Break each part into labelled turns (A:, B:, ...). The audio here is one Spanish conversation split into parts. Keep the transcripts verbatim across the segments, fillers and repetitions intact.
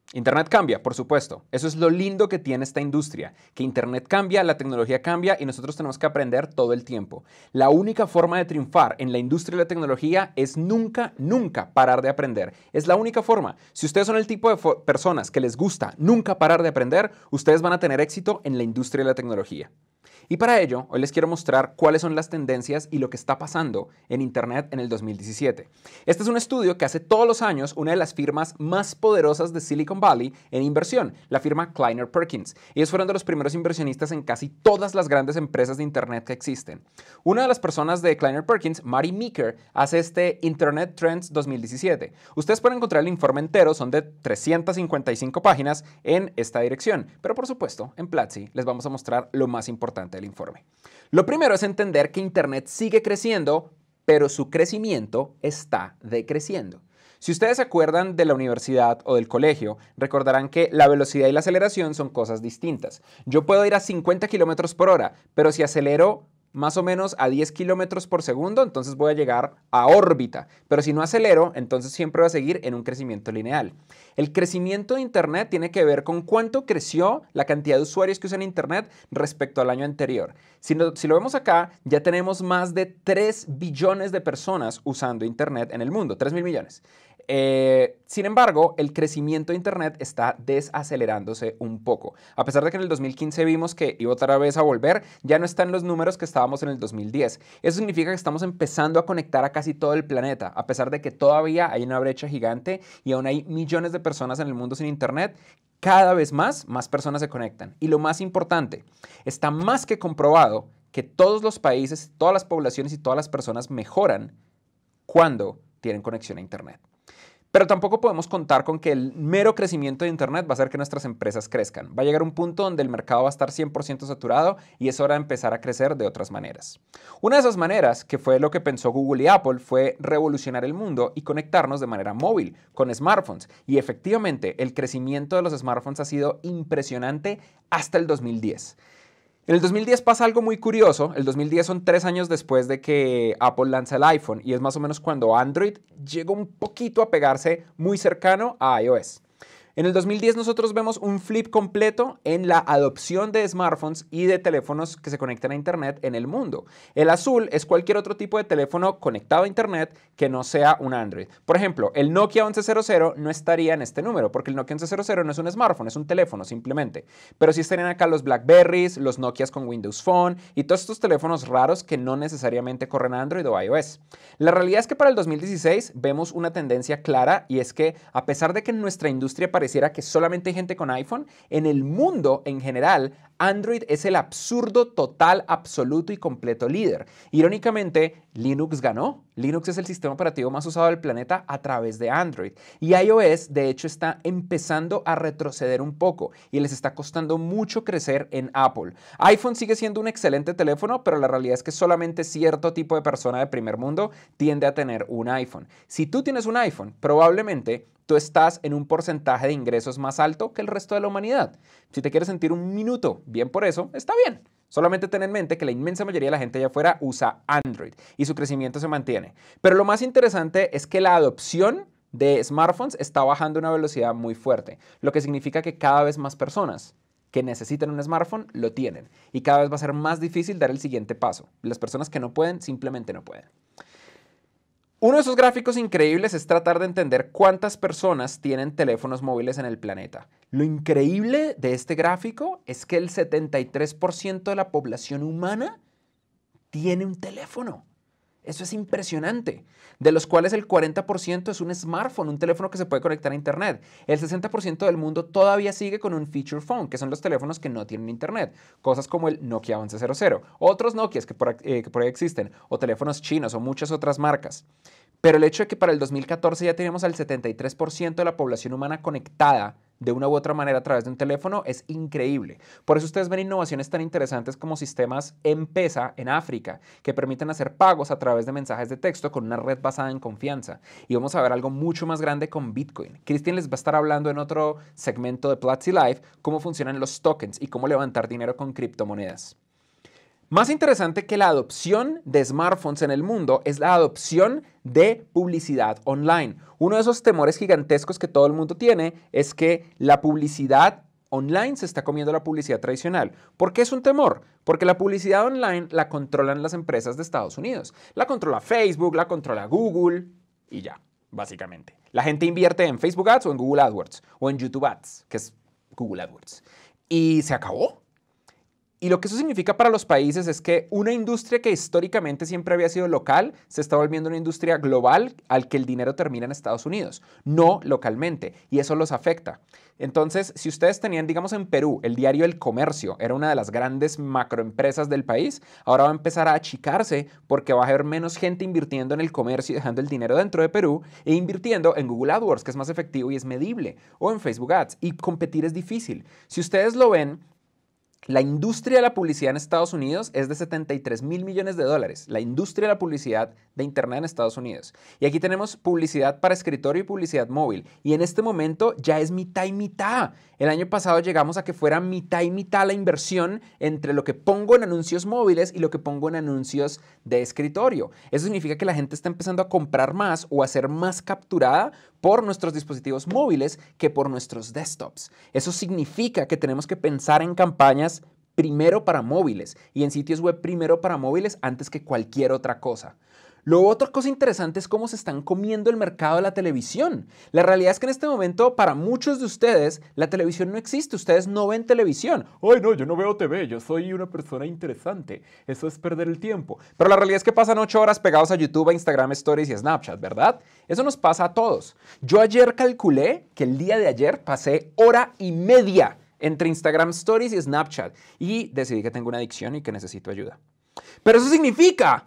A: Internet cambia, por supuesto. Eso es lo lindo que tiene esta industria, que Internet cambia, la tecnología cambia y nosotros tenemos que aprender todo el tiempo. La única forma de triunfar en la industria de la tecnología es nunca, nunca parar de aprender. Es la única forma. Si ustedes son el tipo de personas que les gusta nunca parar de aprender, ustedes van a tener éxito en la industria de la tecnología. Y para ello, hoy les quiero mostrar cuáles son las tendencias y lo que está pasando en Internet en el dos mil diecisiete. Este es un estudio que hace todos los años una de las firmas más poderosas de Silicon Valley en inversión, la firma Kleiner Perkins. Ellos fueron de los primeros inversionistas en casi todas las grandes empresas de Internet que existen. Una de las personas de Kleiner Perkins, Mari Meeker, hace este Internet Trends dos mil diecisiete. Ustedes pueden encontrar el informe entero, son de trescientas cincuenta y cinco páginas en esta dirección, pero por supuesto, en Platzi les vamos a mostrar lo más importante del informe. Lo primero es entender que Internet sigue creciendo, pero su crecimiento está decreciendo. Si ustedes se acuerdan de la universidad o del colegio, recordarán que la velocidad y la aceleración son cosas distintas. Yo puedo ir a cincuenta kilómetros por hora, pero si acelero más o menos a diez kilómetros por segundo, entonces voy a llegar a órbita. Pero si no acelero, entonces siempre voy a seguir en un crecimiento lineal. El crecimiento de Internet tiene que ver con cuánto creció la cantidad de usuarios que usan Internet respecto al año anterior. Si, no, si lo vemos acá, ya tenemos más de tres billones de personas usando Internet en el mundo, tres mil millones. Eh, sin embargo, el crecimiento de Internet está desacelerándose un poco. A pesar de que en el dos mil quince vimos que iba otra vez a volver, ya no están los números que estábamos en el dos mil diez. Eso significa que estamos empezando a conectar a casi todo el planeta, a pesar de que todavía hay una brecha gigante y aún hay millones de personas en el mundo sin Internet. Cada vez más, más personas se conectan. Y lo más importante, está más que comprobado que todos los países, todas las poblaciones y todas las personas mejoran cuando tienen conexión a Internet. Pero tampoco podemos contar con que el mero crecimiento de Internet va a hacer que nuestras empresas crezcan. Va a llegar un punto donde el mercado va a estar cien por ciento saturado y es hora de empezar a crecer de otras maneras. Una de esas maneras, que fue lo que pensó Google y Apple, fue revolucionar el mundo y conectarnos de manera móvil, con smartphones. Y efectivamente, el crecimiento de los smartphones ha sido impresionante hasta el dos mil diez. En el dos mil diez pasa algo muy curioso. El dos mil diez son tres años después de que Apple lanza el iPhone y es más o menos cuando Android llegó un poquito a pegarse muy cercano a iOS. En el dos mil diez nosotros vemos un flip completo en la adopción de smartphones y de teléfonos que se conectan a Internet en el mundo. El azul es cualquier otro tipo de teléfono conectado a Internet que no sea un Android. Por ejemplo, el Nokia once cero cero no estaría en este número porque el Nokia once cero cero no es un smartphone, es un teléfono simplemente. Pero sí estarían acá los BlackBerrys, los Nokias con Windows Phone y todos estos teléfonos raros que no necesariamente corren Android o iOS. La realidad es que para el dos mil dieciséis vemos una tendencia clara y es que a pesar de que en nuestra industria pareciera que solamente hay gente con iPhone, en el mundo en general, Android es el absurdo total, absoluto y completo líder. Irónicamente, Linux ganó. Linux es el sistema operativo más usado del planeta a través de Android. Y iOS, de hecho, está empezando a retroceder un poco y les está costando mucho crecer en Apple. iPhone sigue siendo un excelente teléfono, pero la realidad es que solamente cierto tipo de persona de primer mundo tiende a tener un iPhone. Si tú tienes un iPhone, probablemente tú estás en un porcentaje de ingresos más alto que el resto de la humanidad. Si te quieres sentir un minuto bien por eso, está bien. Solamente ten en mente que la inmensa mayoría de la gente allá afuera usa Android y su crecimiento se mantiene. Pero lo más interesante es que la adopción de smartphones está bajando a una velocidad muy fuerte, lo que significa que cada vez más personas que necesitan un smartphone lo tienen y cada vez va a ser más difícil dar el siguiente paso. Las personas que no pueden, simplemente no pueden. Uno de esos gráficos increíbles es tratar de entender cuántas personas tienen teléfonos móviles en el planeta. Lo increíble de este gráfico es que el setenta y tres por ciento de la población humana tiene un teléfono. Eso es impresionante, de los cuales el cuarenta por ciento es un smartphone, un teléfono que se puede conectar a Internet. El sesenta por ciento del mundo todavía sigue con un feature phone, que son los teléfonos que no tienen Internet. Cosas como el Nokia once cero cero, otros Nokias que por, eh, que por ahí existen, o teléfonos chinos o muchas otras marcas. Pero el hecho de que para el dos mil catorce ya tenemos al setenta y tres por ciento de la población humana conectada de una u otra manera a través de un teléfono es increíble. Por eso ustedes ven innovaciones tan interesantes como sistemas M-Pesa en África, que permiten hacer pagos a través de mensajes de texto con una red basada en confianza. Y vamos a ver algo mucho más grande con Bitcoin. Cristian les va a estar hablando en otro segmento de Platzi Live cómo funcionan los tokens y cómo levantar dinero con criptomonedas. Más interesante que la adopción de smartphones en el mundo es la adopción de publicidad online. Uno de esos temores gigantescos que todo el mundo tiene es que la publicidad online se está comiendo la publicidad tradicional. ¿Por qué es un temor? Porque la publicidad online la controlan las empresas de Estados Unidos. La controla Facebook, la controla Google y ya, básicamente. La gente invierte en Facebook Ads o en Google AdWords o en YouTube Ads, que es Google AdWords. Y se acabó. Y lo que eso significa para los países es que una industria que históricamente siempre había sido local se está volviendo una industria global al que el dinero termina en Estados Unidos, no localmente, y eso los afecta. Entonces, si ustedes tenían, digamos en Perú, el diario El Comercio, era una de las grandes macroempresas del país, ahora va a empezar a achicarse porque va a haber menos gente invirtiendo en el comercio y dejando el dinero dentro de Perú e invirtiendo en Google AdWords, que es más efectivo y es medible, o en Facebook Ads, y competir es difícil. Si ustedes lo ven, la industria de la publicidad en Estados Unidos es de setenta y tres mil millones de dólares. La industria de la publicidad de Internet en Estados Unidos. Y aquí tenemos publicidad para escritorio y publicidad móvil. Y en este momento ya es mitad y mitad. El año pasado llegamos a que fuera mitad y mitad la inversión entre lo que pongo en anuncios móviles y lo que pongo en anuncios de escritorio. Eso significa que la gente está empezando a comprar más o a ser más capturada por nuestros dispositivos móviles que por nuestros desktops. Eso significa que tenemos que pensar en campañas primero para móviles y en sitios web primero para móviles antes que cualquier otra cosa. Lo otra cosa interesante es cómo se están comiendo el mercado de la televisión. La realidad es que en este momento para muchos de ustedes la televisión no existe, ustedes no ven televisión. Ay no, yo no veo T V, yo soy una persona interesante, eso es perder el tiempo. Pero la realidad es que pasan ocho horas pegados a YouTube, a Instagram Stories y a Snapchat, ¿verdad? Eso nos pasa a todos. Yo ayer calculé que el día de ayer pasé hora y media entre Instagram Stories y Snapchat y decidí que tengo una adicción y que necesito ayuda. Pero eso significa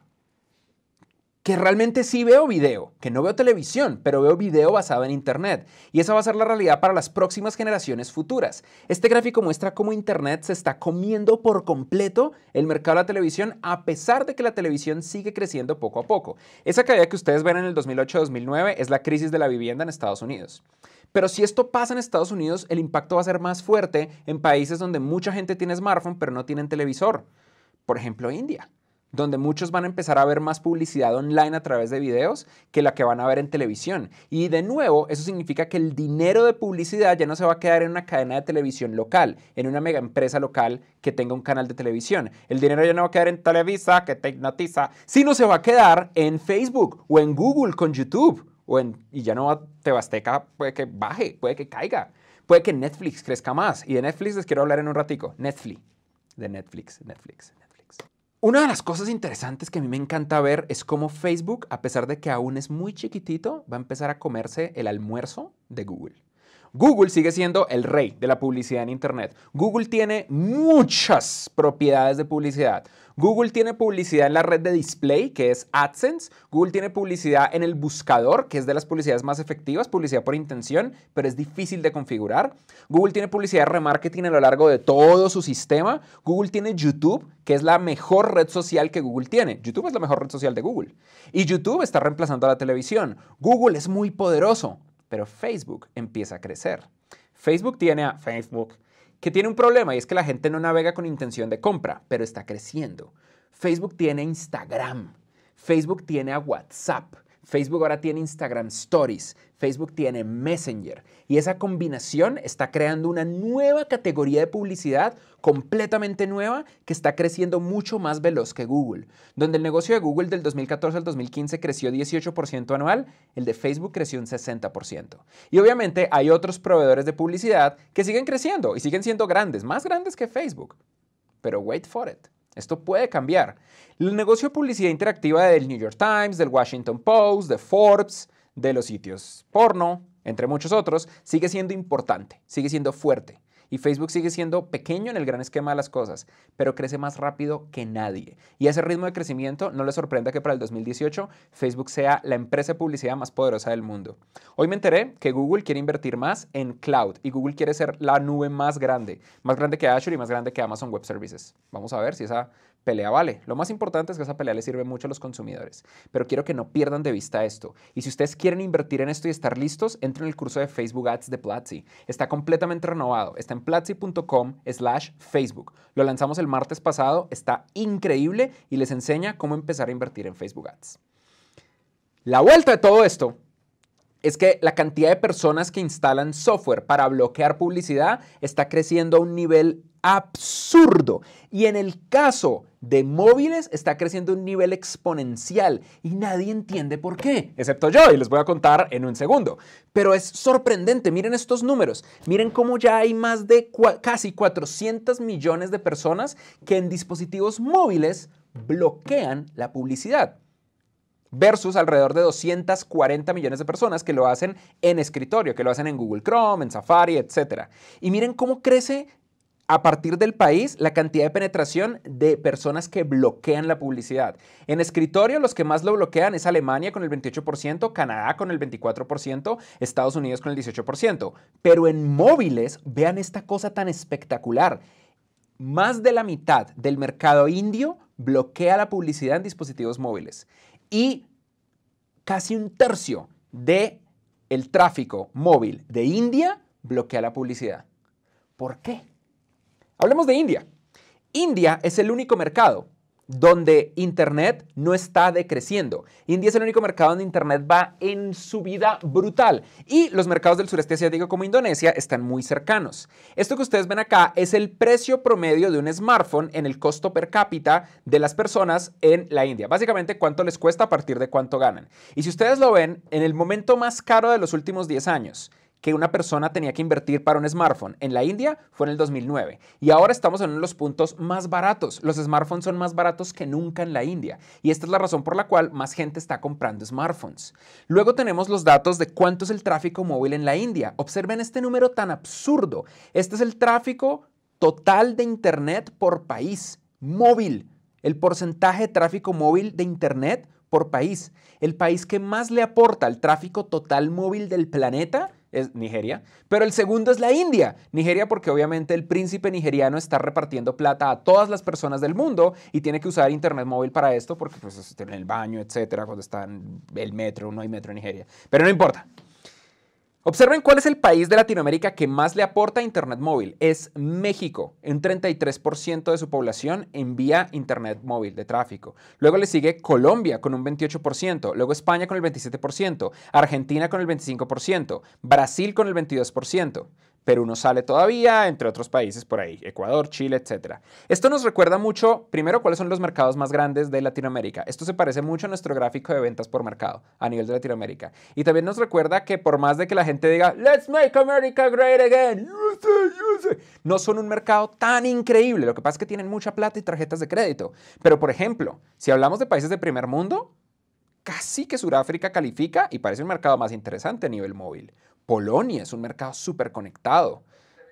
A: que realmente sí veo video, que no veo televisión, pero veo video basado en Internet. Y esa va a ser la realidad para las próximas generaciones futuras. Este gráfico muestra cómo Internet se está comiendo por completo el mercado de la televisión, a pesar de que la televisión sigue creciendo poco a poco. Esa caída que ustedes ven en el dos mil ocho dos mil nueve es la crisis de la vivienda en Estados Unidos. Pero si esto pasa en Estados Unidos, el impacto va a ser más fuerte en países donde mucha gente tiene smartphone, pero no tienen televisor. Por ejemplo, India, donde muchos van a empezar a ver más publicidad online a través de videos que la que van a ver en televisión. Y de nuevo, eso significa que el dinero de publicidad ya no se va a quedar en una cadena de televisión local, en una mega empresa local que tenga un canal de televisión. El dinero ya no va a quedar en Televisa, que te hipnotiza, sino se va a quedar en Facebook o en Google con YouTube. O en, y ya no va, T V Azteca puede que baje, puede que caiga, puede que Netflix crezca más. Y de Netflix les quiero hablar en un ratico. Netflix, de Netflix, Netflix, Netflix. Una de las cosas interesantes que a mí me encanta ver es cómo Facebook, a pesar de que aún es muy chiquitito, va a empezar a comerse el almuerzo de Google. Google sigue siendo el rey de la publicidad en Internet. Google tiene muchas propiedades de publicidad. Google tiene publicidad en la red de display, que es AdSense. Google tiene publicidad en el buscador, que es de las publicidades más efectivas, publicidad por intención, pero es difícil de configurar. Google tiene publicidad de remarketing a lo largo de todo su sistema. Google tiene YouTube, que es la mejor red social que Google tiene. YouTube es la mejor red social de Google. Y YouTube está reemplazando a la televisión. Google es muy poderoso, pero Facebook empieza a crecer. Facebook tiene a Facebook, que tiene un problema y es que la gente no navega con intención de compra, pero está creciendo. Facebook tiene Instagram, Facebook tiene a WhatsApp, Facebook ahora tiene Instagram Stories, Facebook tiene Messenger y esa combinación está creando una nueva categoría de publicidad completamente nueva que está creciendo mucho más veloz que Google. Donde el negocio de Google del dos mil catorce al dos mil quince creció dieciocho por ciento anual, el de Facebook creció un sesenta por ciento. Y obviamente hay otros proveedores de publicidad que siguen creciendo y siguen siendo grandes, más grandes que Facebook. Pero wait for it. Esto puede cambiar. El negocio de publicidad interactiva del New York Times, del Washington Post, de Forbes, de los sitios porno, entre muchos otros, sigue siendo importante, sigue siendo fuerte. Y Facebook sigue siendo pequeño en el gran esquema de las cosas, pero crece más rápido que nadie. Y a ese ritmo de crecimiento no le sorprenda que para el dos mil dieciocho Facebook sea la empresa de publicidad más poderosa del mundo. Hoy me enteré que Google quiere invertir más en cloud y Google quiere ser la nube más grande, más grande que Azure y más grande que Amazon Web Services. Vamos a ver si esa pelea vale. Lo más importante es que esa pelea le sirve mucho a los consumidores, pero quiero que no pierdan de vista esto. Y si ustedes quieren invertir en esto y estar listos, entren en el curso de Facebook Ads de Platzi. Está completamente renovado, está en en platzi punto com slash Facebook. Lo lanzamos el martes pasado, está increíble y les enseña cómo empezar a invertir en Facebook Ads. La vuelta de todo esto es que la cantidad de personas que instalan software para bloquear publicidad está creciendo a un nivel absurdo. Y en el caso de móviles está creciendo a un nivel exponencial y nadie entiende por qué, excepto yo, y les voy a contar en un segundo. Pero es sorprendente, miren estos números, miren cómo ya hay más de cua- casi cuatrocientos millones de personas que en dispositivos móviles bloquean la publicidad, versus alrededor de doscientos cuarenta millones de personas que lo hacen en escritorio, que lo hacen en Google Chrome, en Safari, etcétera. Y miren cómo crece a partir del país la cantidad de penetración de personas que bloquean la publicidad. En escritorio los que más lo bloquean es Alemania con el veintiocho por ciento, Canadá con el veinticuatro por ciento, Estados Unidos con el dieciocho por ciento. Pero en móviles, vean esta cosa tan espectacular. Más de la mitad del mercado indio bloquea la publicidad en dispositivos móviles. Y casi un tercio del tráfico móvil de India bloquea la publicidad. ¿Por qué? Hablemos de India. India es el único mercado donde Internet no está decreciendo. India es el único mercado donde Internet va en subida brutal. Y los mercados del sureste asiático como Indonesia están muy cercanos. Esto que ustedes ven acá es el precio promedio de un smartphone en el costo per cápita de las personas en la India. Básicamente, cuánto les cuesta a partir de cuánto ganan. Y si ustedes lo ven, en el momento más caro de los últimos diez años, que una persona tenía que invertir para un smartphone en la India fue en el dos mil nueve. Y ahora estamos en uno de los puntos más baratos. Los smartphones son más baratos que nunca en la India. Y esta es la razón por la cual más gente está comprando smartphones. Luego tenemos los datos de cuánto es el tráfico móvil en la India. Observen este número tan absurdo. Este es el tráfico total de Internet por país. Móvil. El porcentaje de tráfico móvil de Internet por país. El país que más le aporta al tráfico total móvil del planeta es Nigeria, pero el segundo es la India. Nigeria porque obviamente el príncipe nigeriano está repartiendo plata a todas las personas del mundo y tiene que usar internet móvil para esto porque pues en el baño, etcétera, cuando está en el metro, no hay metro en Nigeria. Pero no importa. Observen cuál es el país de Latinoamérica que más le aporta a internet móvil. Es México. Un treinta y tres por ciento de su población envía internet móvil de tráfico. Luego le sigue Colombia con un veintiocho por ciento. Luego España con el veintisiete por ciento. Argentina con el veinticinco por ciento. Brasil con el veintidós por ciento. Perú no sale todavía, entre otros países por ahí, Ecuador, Chile, etcétera. Esto nos recuerda mucho, primero, cuáles son los mercados más grandes de Latinoamérica. Esto se parece mucho a nuestro gráfico de ventas por mercado a nivel de Latinoamérica. Y también nos recuerda que por más de que la gente diga, let's make America great again, U S A, U S A, no son un mercado tan increíble. Lo que pasa es que tienen mucha plata y tarjetas de crédito. Pero, por ejemplo, si hablamos de países de primer mundo, casi que Sudáfrica califica y parece un mercado más interesante a nivel móvil. Polonia es un mercado súper conectado.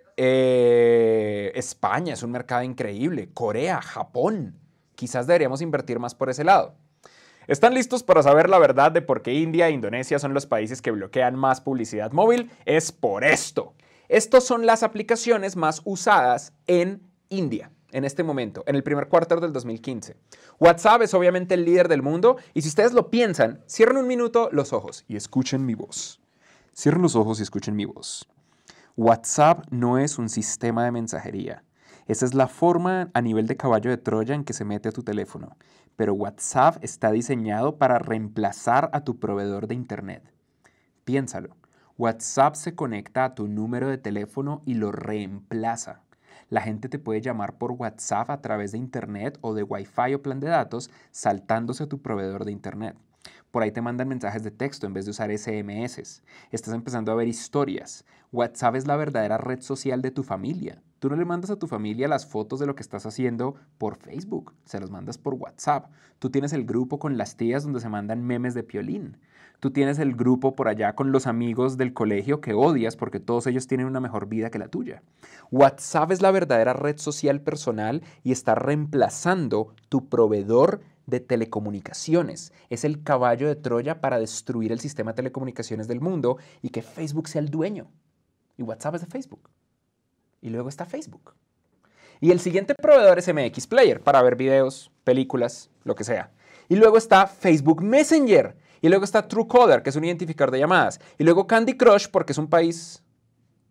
A: Eh, España es un mercado increíble. Corea, Japón. Quizás deberíamos invertir más por ese lado. ¿Están listos para saber la verdad de por qué India e Indonesia son los países que bloquean más publicidad móvil? Es por esto. Estas son las aplicaciones más usadas en India en este momento, en el primer cuarto del dos mil quince. WhatsApp es obviamente el líder del mundo y si ustedes lo piensan, cierren un minuto los ojos y escuchen mi voz. Cierren los ojos y escuchen mi voz. WhatsApp no es un sistema de mensajería. Esa es la forma a nivel de caballo de Troya en que se mete a tu teléfono. Pero WhatsApp está diseñado para reemplazar a tu proveedor de Internet. Piénsalo. WhatsApp se conecta a tu número de teléfono y lo reemplaza. La gente te puede llamar por WhatsApp a través de Internet o de Wi-Fi o plan de datos saltándose a tu proveedor de Internet. Por ahí te mandan mensajes de texto en vez de usar ese eme ese. Estás empezando a ver historias. WhatsApp es la verdadera red social de tu familia. Tú no le mandas a tu familia las fotos de lo que estás haciendo por Facebook. Se las mandas por WhatsApp. Tú tienes el grupo con las tías donde se mandan memes de Piolín. Tú tienes el grupo por allá con los amigos del colegio que odias porque todos ellos tienen una mejor vida que la tuya. WhatsApp es la verdadera red social personal y está reemplazando tu proveedor de telecomunicaciones. Es el caballo de Troya para destruir el sistema de telecomunicaciones del mundo y que Facebook sea el dueño. Y WhatsApp es de Facebook. Y luego está Facebook. Y el siguiente proveedor es eme equis Player para ver videos, películas, lo que sea. Y luego está Facebook Messenger. Y luego está Truecaller, que es un identificador de llamadas. Y luego Candy Crush, porque es un país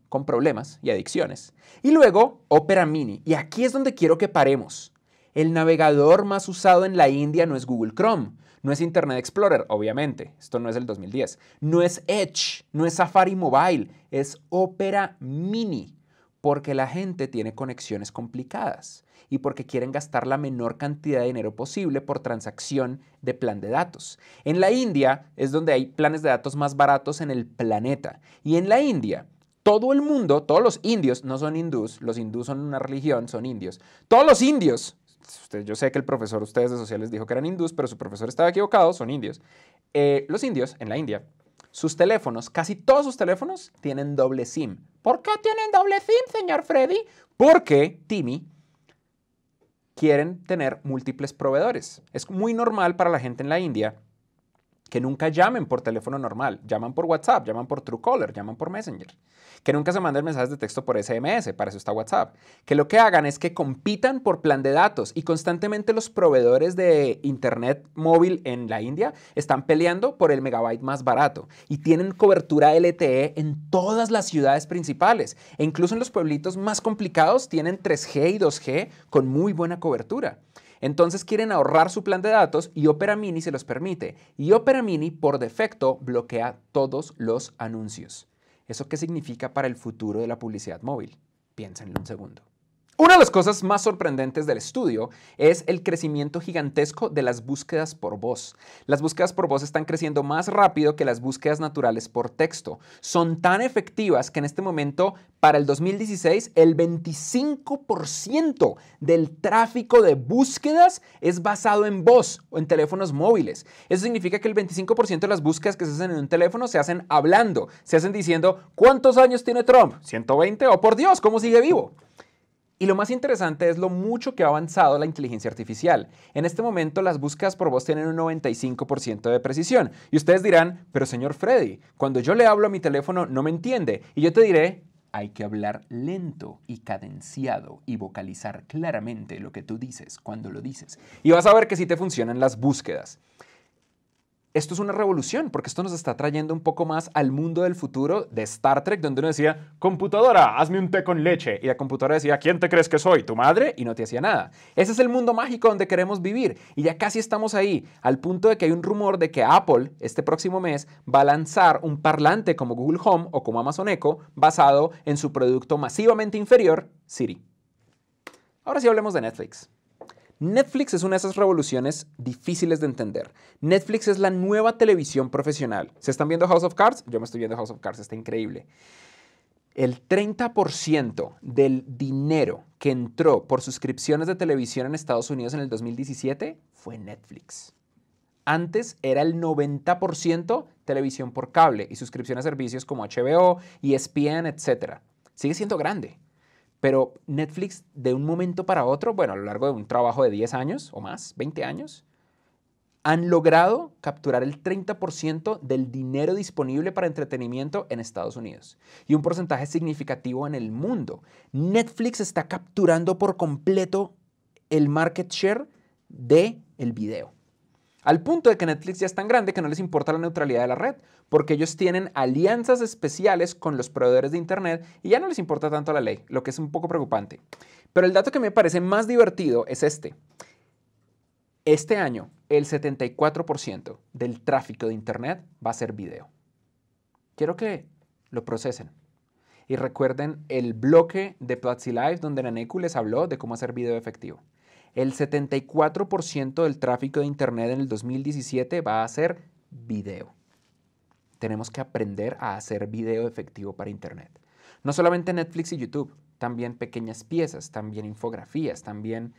A: con problemas y adicciones. Y luego Opera Mini. Y aquí es donde quiero que paremos. El navegador más usado en la India no es Google Chrome, no es Internet Explorer, obviamente. Esto no es el dos mil diez. No es Edge, no es Safari Mobile, es Opera Mini. Porque la gente tiene conexiones complicadas y porque quieren gastar la menor cantidad de dinero posible por transacción de plan de datos. En la India es donde hay planes de datos más baratos en el planeta. Y en la India, todo el mundo, todos los indios, no son hindús, los hindús son una religión, son indios. Todos los indios, yo sé que el profesor ustedes de sociales dijo que eran hindús, pero su profesor estaba equivocado, son indios. Eh, los indios en la India, sus teléfonos, casi todos sus teléfonos tienen doble SIM. ¿Por qué tienen doble SIM, señor Freddy? Porque, Timmy, quieren tener múltiples proveedores. Es muy normal para la gente en la India que nunca llamen por teléfono normal, llaman por WhatsApp, llaman por Truecaller, llaman por Messenger. Que nunca se manden mensajes de texto por S M S, para eso está WhatsApp. Que lo que hagan es que compitan por plan de datos y constantemente los proveedores de internet móvil en la India están peleando por el megabyte más barato y tienen cobertura L T E en todas las ciudades principales e incluso en los pueblitos más complicados tienen tres G y dos G con muy buena cobertura. Entonces quieren ahorrar su plan de datos y Opera Mini se los permite. Y Opera Mini por defecto bloquea todos los anuncios. ¿Eso qué significa para el futuro de la publicidad móvil? Piénsenlo un segundo. Una de las cosas más sorprendentes del estudio es el crecimiento gigantesco de las búsquedas por voz. Las búsquedas por voz están creciendo más rápido que las búsquedas naturales por texto. Son tan efectivas que en este momento, para el dos mil dieciséis, el veinticinco por ciento del tráfico de búsquedas es basado en voz o en teléfonos móviles. Eso significa que el veinticinco por ciento de las búsquedas que se hacen en un teléfono se hacen hablando, se hacen diciendo ¿cuántos años tiene Trump? ¿ciento veinte? ¿O por Dios, cómo sigue vivo? Y lo más interesante es lo mucho que ha avanzado la inteligencia artificial. En este momento las búsquedas por voz tienen un noventa y cinco por ciento de precisión. Y ustedes dirán, pero señor Freddy, cuando yo le hablo a mi teléfono no me entiende. Y yo te diré, hay que hablar lento y cadenciado y vocalizar claramente lo que tú dices cuando lo dices. Y vas a ver que sí te funcionan las búsquedas. Esto es una revolución porque esto nos está trayendo un poco más al mundo del futuro de Star Trek, donde uno decía, computadora, hazme un té con leche. Y la computadora decía, ¿quién te crees que soy? ¿Tu madre? Y no te hacía nada. Ese es el mundo mágico donde queremos vivir. Y ya casi estamos ahí, al punto de que hay un rumor de que Apple, este próximo mes, va a lanzar un parlante como Google Home o como Amazon Echo, basado en su producto masivamente inferior, Siri. Ahora sí hablemos de Netflix. Netflix es una de esas revoluciones difíciles de entender. Netflix es la nueva televisión profesional. ¿Se están viendo House of Cards? Yo me estoy viendo House of Cards, está increíble. El treinta por ciento del dinero que entró por suscripciones de televisión en Estados Unidos en el dos mil diecisiete fue Netflix. Antes era el noventa por ciento televisión por cable y suscripción a servicios como H B O, E S P N, etcétera. Sigue siendo grande. Pero Netflix, de un momento para otro, bueno, a lo largo de un trabajo de diez años o más, veinte años, han logrado capturar el treinta por ciento del dinero disponible para entretenimiento en Estados Unidos y un porcentaje significativo en el mundo. Netflix está capturando por completo el market share del video. Al punto de que Netflix ya es tan grande que no les importa la neutralidad de la red, porque ellos tienen alianzas especiales con los proveedores de Internet y ya no les importa tanto la ley, lo que es un poco preocupante. Pero el dato que me parece más divertido es este. Este año, el setenta y cuatro por ciento del tráfico de Internet va a ser video. Quiero que lo procesen. Y recuerden el bloque de Platzi Live donde Naneku les habló de cómo hacer video efectivo. El setenta y cuatro por ciento del tráfico de Internet en el dos mil diecisiete va a ser video. Tenemos que aprender a hacer video efectivo para Internet. No solamente Netflix y YouTube, también pequeñas piezas, también infografías, también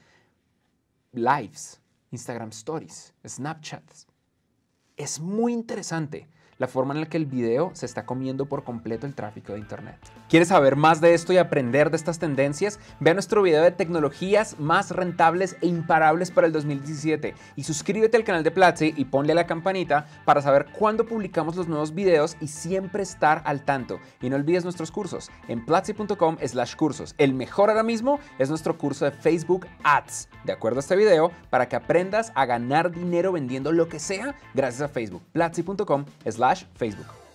A: lives, Instagram Stories, Snapchats. Es muy interesante la forma en la que el video se está comiendo por completo el tráfico de Internet. ¿Quieres saber más de esto y aprender de estas tendencias? Ve a nuestro video de tecnologías más rentables e imparables para el dos mil diecisiete y suscríbete al canal de Platzi y ponle a la campanita para saber cuándo publicamos los nuevos videos y siempre estar al tanto. Y no olvides nuestros cursos en platzi punto com slash cursos. El mejor ahora mismo es nuestro curso de Facebook Ads, de acuerdo a este video, para que aprendas a ganar dinero vendiendo lo que sea gracias a Facebook. platzi punto com slash Facebook.